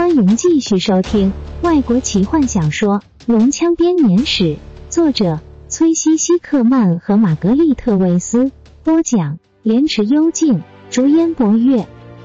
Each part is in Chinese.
欢迎继续收听外国奇幻小说《龙枪编年史》，作者崔西西克曼和玛格丽特维斯，播讲莲池幽静，竹烟博月。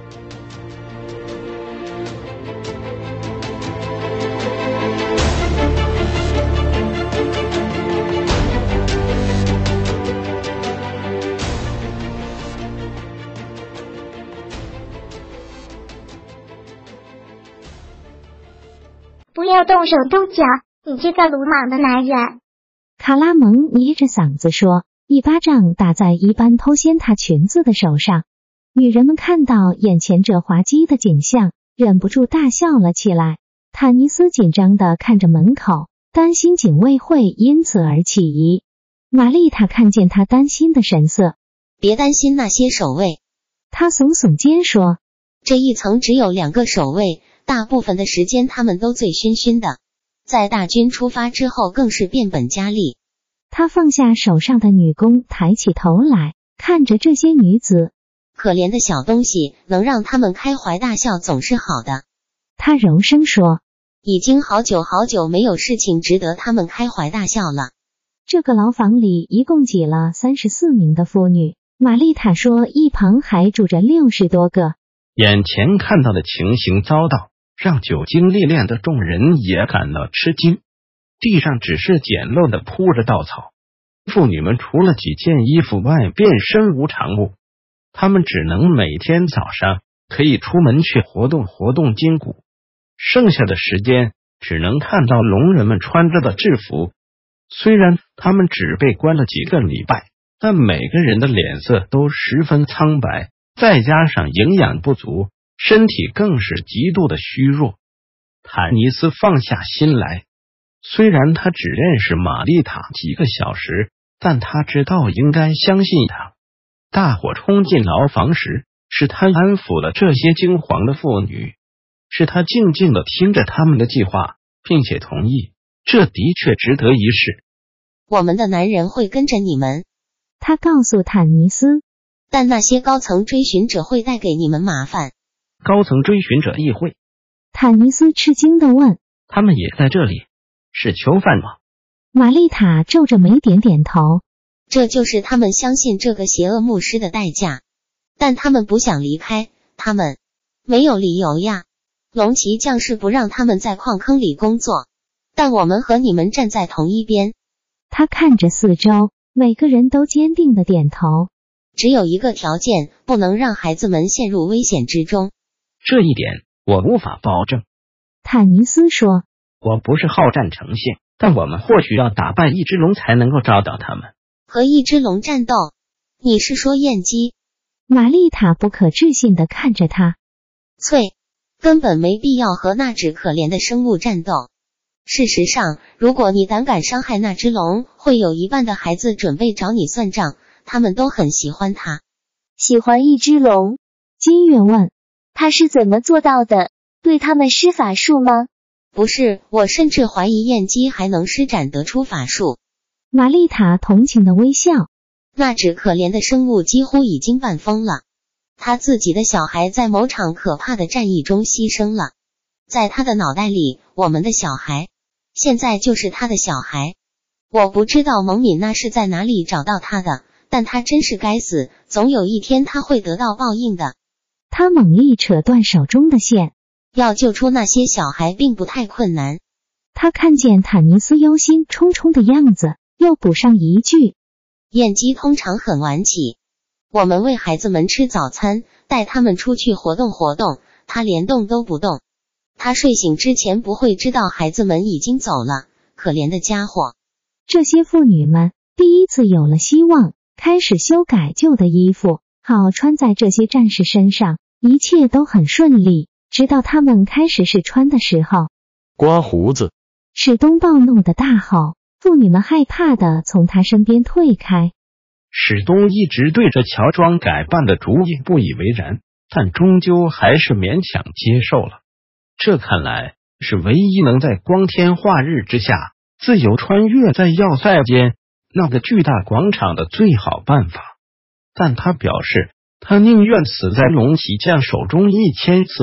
不要动手动脚，你这个鲁莽的男人！ 卡拉蒙捏着嗓子说，一巴掌打在一般偷掀她裙子的手上。女人们看到眼前这滑稽的景象，忍不住大笑了起来。坦尼斯紧张地看着门口，担心警卫会因此而起疑。玛丽塔看见他担心的神色， 别担心那些守卫， 他耸耸肩说， 这一层只有2个守卫，大部分的时间他们都醉醺醺的，在大军出发之后更是变本加厉。 他放下手上的女工，抬起头来看着这些女子， 可怜的小东西，能让他们开怀大笑总是好的。 他柔声说， 已经好久没有事情值得他们开怀大笑了。 这个牢房里一共挤了34名的妇女，玛丽塔说一旁还住着60多个。 眼前看到的情形遭到让久经历练的众人也感到吃惊，地上只是简陋的铺着稻草，妇女们除了几件衣服外便身无长物，她们只能每天早上可以出门去活动活动筋骨，剩下的时间只能看到聋人们穿着的制服。虽然他们只被关了几个礼拜，但每个人的脸色都十分苍白，再加上营养不足，身体更是极度的虚弱。坦尼斯放下心来，虽然他只认识玛丽塔几个小时，但他知道应该相信他。大伙冲进牢房时，是他安抚了这些惊惶的妇女，是他静静地听着他们的计划，并且同意，这的确值得一试。 我们的男人会跟着你们， 他告诉坦尼斯， 但那些高层追寻者会带给你们麻烦。 高层追寻者议会？ 坦尼斯吃惊地问， 他们也在这里？是囚犯吗？ 玛丽塔皱着眉点点头， 这就是他们相信这个邪恶牧师的代价。但他们不想离开，他们没有理由呀。龙骑将士不让他们在矿坑里工作，但我们和你们站在同一边。 他看着四周，每个人都坚定地点头。 只有一个条件，不能让孩子们陷入危险之中。 这一点我无法保证。 坦尼斯说， 我不是好战成性，但我们或许要打败一只龙才能够找到他们。 和一只龙战斗？你是说燕姬？ 玛丽塔不可置信地看着他。 翠，根本没必要和那只可怜的生物战斗。事实上，如果你胆敢伤害那只龙，会有一半的孩子准备找你算账，他们都很喜欢它。 喜欢一只龙？ 金月问， 他是怎么做到的？对他们施法术吗？ 不是，我甚至怀疑燕姬还能施展得出法术。 玛丽塔同情的微笑。 那只可怜的生物几乎已经半疯了，他自己的小孩在某场可怕的战役中牺牲了，在他的脑袋里，我们的小孩现在就是他的小孩。我不知道蒙敏娜是在哪里找到他的，但他真是该死，总有一天他会得到报应的。 他猛力扯断手中的线。 要救出那些小孩并不太困难。 他看见坦尼斯忧心忡忡的样子，又补上一句， 燕姬通常很晚起，我们喂孩子们吃早餐，带他们出去活动活动，他连动都不动。他睡醒之前不会知道孩子们已经走了，可怜的家伙。 这些妇女们第一次有了希望，开始修改旧的衣服，好穿在这些战士身上，一切都很顺利，直到他们开始试穿的时候。 刮胡子！ 史东暴怒的大吼，妇女们害怕地从他身边退开。 史东一直对着乔装改扮的主意不以为然，但终究还是勉强接受了。这看来是唯一能在光天化日之下自由穿越在要塞间那个巨大广场的最好办法。但他表示，他宁愿死在龙骑将手中1000次，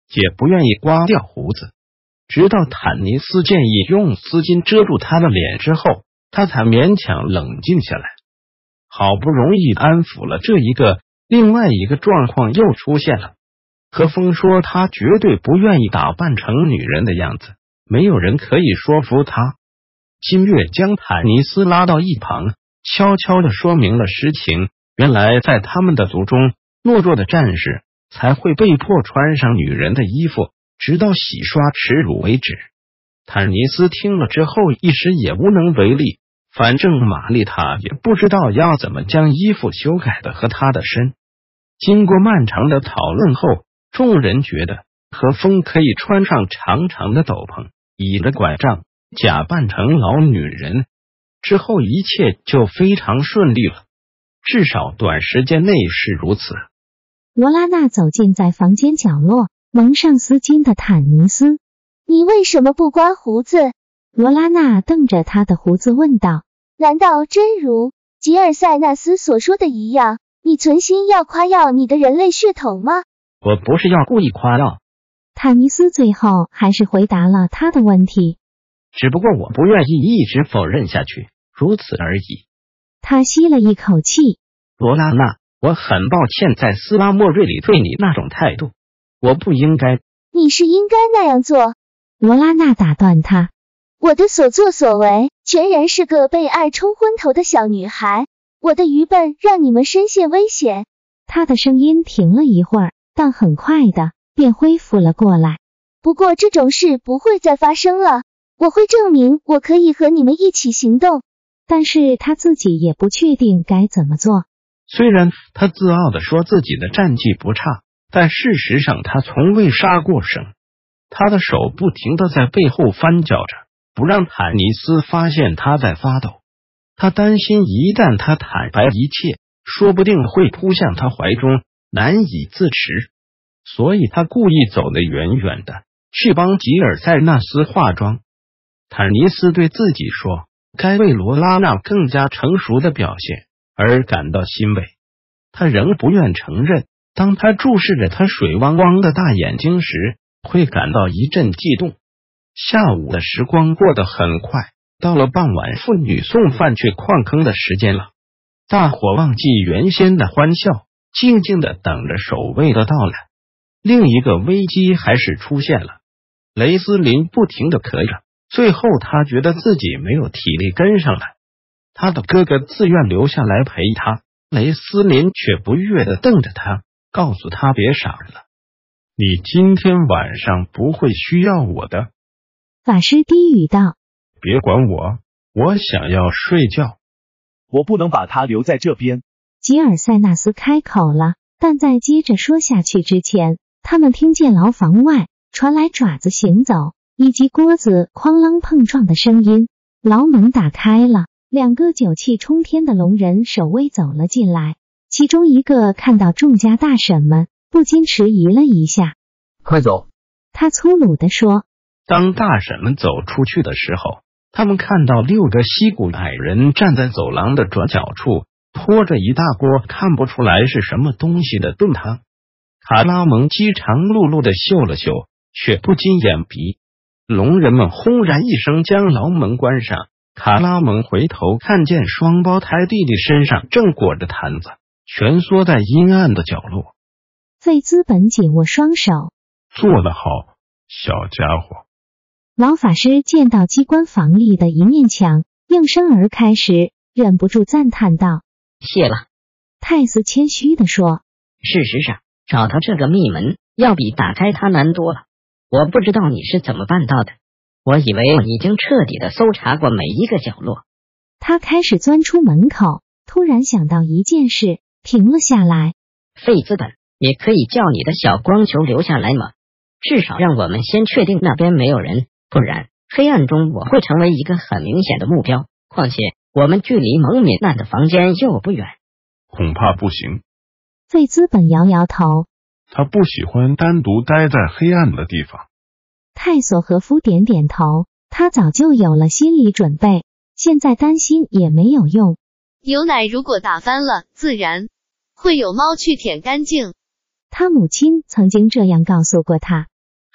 也不愿意刮掉胡子。直到坦尼斯建议用丝巾遮住他的脸之后，他才勉强冷静下来。好不容易安抚了这一个，另外一个状况又出现了。何风说他绝对不愿意打扮成女人的样子，没有人可以说服他。金月将坦尼斯拉到一旁，悄悄地说明了实情。原来在他们的族中，懦弱的战士才会被迫穿上女人的衣服，直到洗刷耻辱为止。坦尼斯听了之后一时也无能为力，反正玛丽塔也不知道要怎么将衣服修改的和他的身。经过漫长的讨论后，众人觉得何风可以穿上长长的斗篷，倚着拐杖，假扮成老女人，之后一切就非常顺利了，至少短时间内是如此。 罗拉娜走进在房间角落蒙上丝巾的坦尼斯。 你为什么不刮胡子？ 罗拉娜瞪着他的胡子问道。 难道真如吉尔塞纳斯所说的一样，你存心要夸耀你的人类血统吗？ 我不是要故意夸耀。 坦尼斯最后还是回答了他的问题。 只不过我不愿意一直否认下去，如此而已。 他吸了一口气。 罗拉娜，我很抱歉在斯拉莫瑞里对你那种态度，我不应该。 你是应该那样做。 罗拉娜打断他。 我的所作所为全然是个被爱冲昏头的小女孩，我的愚笨让你们深陷危险。 他的声音停了一会儿，但很快的便恢复了过来。 不过这种事不会再发生了，我会证明我可以和你们一起行动。 但是他自己也不确定该怎么做。 虽然他自傲地说自己的战绩不差，但事实上他从未杀过生。他的手不停地在背后翻搅着，不让坦尼斯发现他在发抖。他担心一旦他坦白一切，说不定会扑向他怀中，难以自持。所以他故意走得远远的，去帮吉尔塞纳斯化妆。坦尼斯对自己说，该为罗拉娜更加成熟的表现而感到欣慰。他仍不愿承认，当他注视着他水汪汪的大眼睛时，会感到一阵悸动。下午的时光过得很快，到了傍晚，妇女送饭去矿坑的时间了。大伙忘记原先的欢笑，静静的等着守卫的到来。另一个危机还是出现了。雷斯林不停的咳着，最后他觉得自己没有体力跟上来。他的哥哥自愿留下来陪他，雷斯林却不悦的瞪着他，告诉他别傻了，你今天晚上不会需要我的。 法师低语道， 别管我，我想要睡觉。 我不能把他留在这边。 吉尔塞纳斯开口了，但在接着说下去之前，他们听见牢房外传来爪子行走以及锅子哐啷碰撞的声音。牢门打开了，两个酒气冲天的龙人守卫走了进来，其中一个看到众家大婶们，不禁迟疑了一下。 快走！ 他粗鲁地说。 当大婶们走出去的时候，他们看到6个西古矮人站在走廊的转角处，拖着一大锅看不出来是什么东西的炖汤。卡拉蒙饥肠辘辘的嗅了嗅，却不禁眼鼻。龙人们轰然一声将牢门关上，卡拉蒙回头看见双胞胎弟弟身上正裹着毯子，蜷缩在阴暗的角落。 费兹本紧握双手。 做得好，小家伙。 老法师见到机关房里的一面墙应声而开时，忍不住赞叹道： 谢了。 泰斯谦虚地说： 事实上，找到这个密门要比打开它难多了。我不知道你是怎么办到的，我以为我已经彻底的搜查过每一个角落。 他开始钻出门口，突然想到一件事，停了下来。 费兹本，你可以叫你的小光球留下来吗？至少让我们先确定那边没有人，不然黑暗中我会成为一个很明显的目标。况且我们距离蒙敏娜的房间又不远。 恐怕不行。 费兹本摇摇头。 他不喜欢单独待在黑暗的地方。 泰索和夫点点头，他早就有了心理准备，现在担心也没有用。 牛奶如果打翻了，自然会有猫去舔干净。 他母亲曾经这样告诉过他，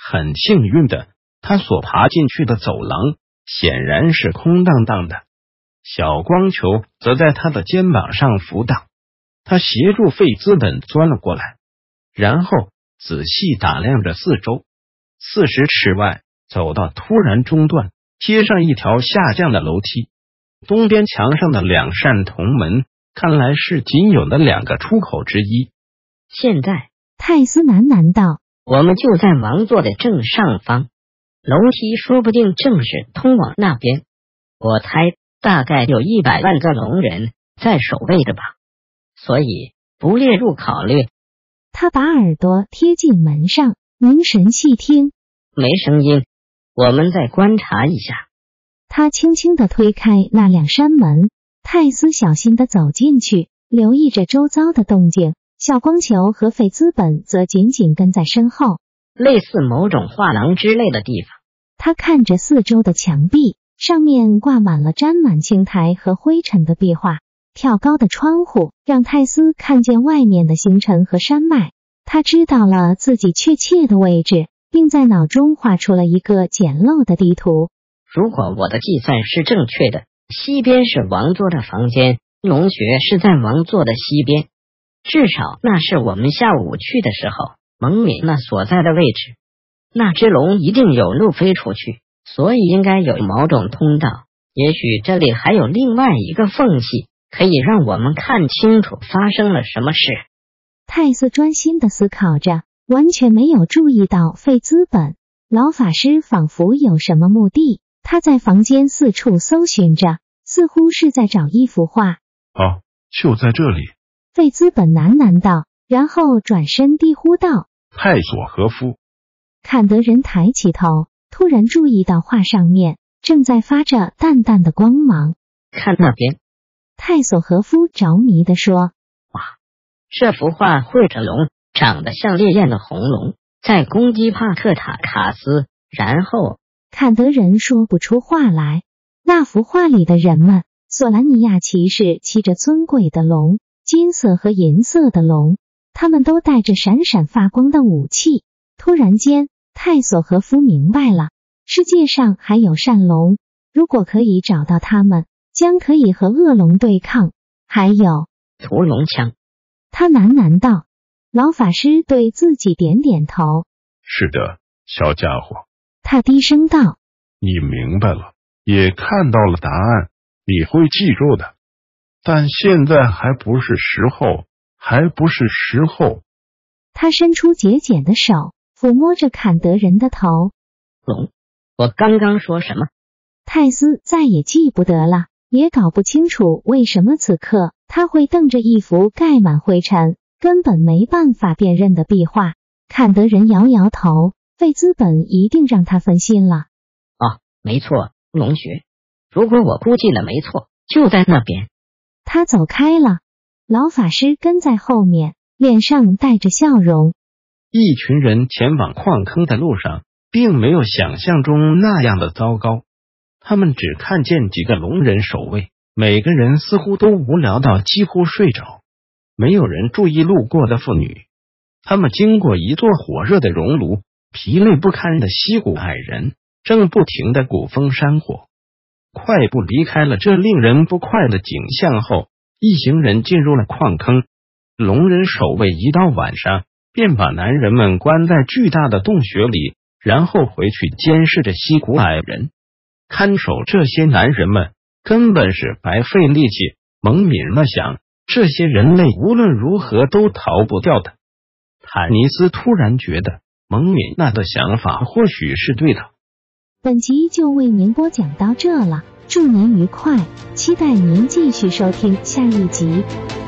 很幸运的，他所爬进去的走廊显然是空荡荡的，小光球则在他的肩膀上浮荡。他协助费兹本钻了过来，然后仔细打量着四周。40尺外走到突然中断，贴上一条下降的楼梯。东边墙上的2扇铜门看来是仅有的2个出口之一。 现在泰斯喃喃道， 我们就在王座的正上方，楼梯说不定正是通往那边。我猜大概有100万个龙人在守卫着吧，所以不列入考虑。 他把耳朵贴近门上，凝神细听， 没声音，我们再观察一下。 他轻轻地推开那2扇门，泰斯小心地走进去，留意着周遭的动静。小光球和费兹本则紧紧跟在身后， 类似某种画廊之类的地方。 他看着四周的墙壁，上面挂满了沾满青苔和灰尘的壁画，挑高的窗户让泰斯看见外面的星辰和山脉。他知道了自己确切的位置，并在脑中画出了一个简陋的地图。 如果我的计算是正确的，西边是王座的房间，龙穴是在王座的西边，至少那是我们下午去的时候蒙敏那所在的位置。那只龙一定有路飞出去，所以应该有某种通道，也许这里还有另外一个缝隙，可以让我们看清楚发生了什么事。 泰斯专心地思考着，完全没有注意到费兹本。老法师仿佛有什么目的，他在房间四处搜寻着，似乎是在找一幅画。 哦，就在这里。 费兹本喃喃道，然后转身低呼道： 泰索和夫。 坎德人抬起头，突然注意到画上面正在发着淡淡的光芒。 看那边。 泰索和夫着迷地说： 哇，这幅画绘着龙，长得像烈焰的红龙，在攻击帕克塔卡斯，然后坎德人说不出话来。那幅画里的人们，索兰尼亚骑士骑着尊贵的龙，金色和银色的龙，他们都带着闪闪发光的武器。突然间，泰索和夫明白了，世界上还有善龙，如果可以找到他们，将可以和恶龙对抗。还有屠龙枪。 他喃喃道。老法师对自己点点头。 是的，小家伙。 他低声道。 你明白了，也看到了答案，你会记住的。但现在还不是时候，还不是时候。 他伸出节俭的手，抚摸着坎德人的头。 龙，我刚刚说什么？ 泰斯再也记不得了，也搞不清楚为什么此刻他会瞪着一幅盖满灰尘，根本没办法辨认的壁画。坎德人摇摇头，费兹本一定让他分心了。 哦，没错，龙穴。如果我估计了没错，就在那边。 他走开了，老法师跟在后面，脸上带着笑容。 一群人前往矿坑的路上，并没有想象中那样的糟糕。他们只看见几个龙人守卫，每个人似乎都无聊到几乎睡着，没有人注意路过的妇女。他们经过一座火热的熔炉，疲累不堪的溪谷矮人正不停地鼓风山火。快步离开了这令人不快的景象后，一行人进入了矿坑。龙人守卫一到晚上便把男人们关在巨大的洞穴里，然后回去监视着溪谷矮人。看守这些男人们根本是白费力气。蒙敏了想，这些人类无论如何都逃不掉的。坦尼斯突然觉得蒙敏那的想法或许是对的。 本集就为您播讲到这了，祝您愉快，期待您继续收听下一集。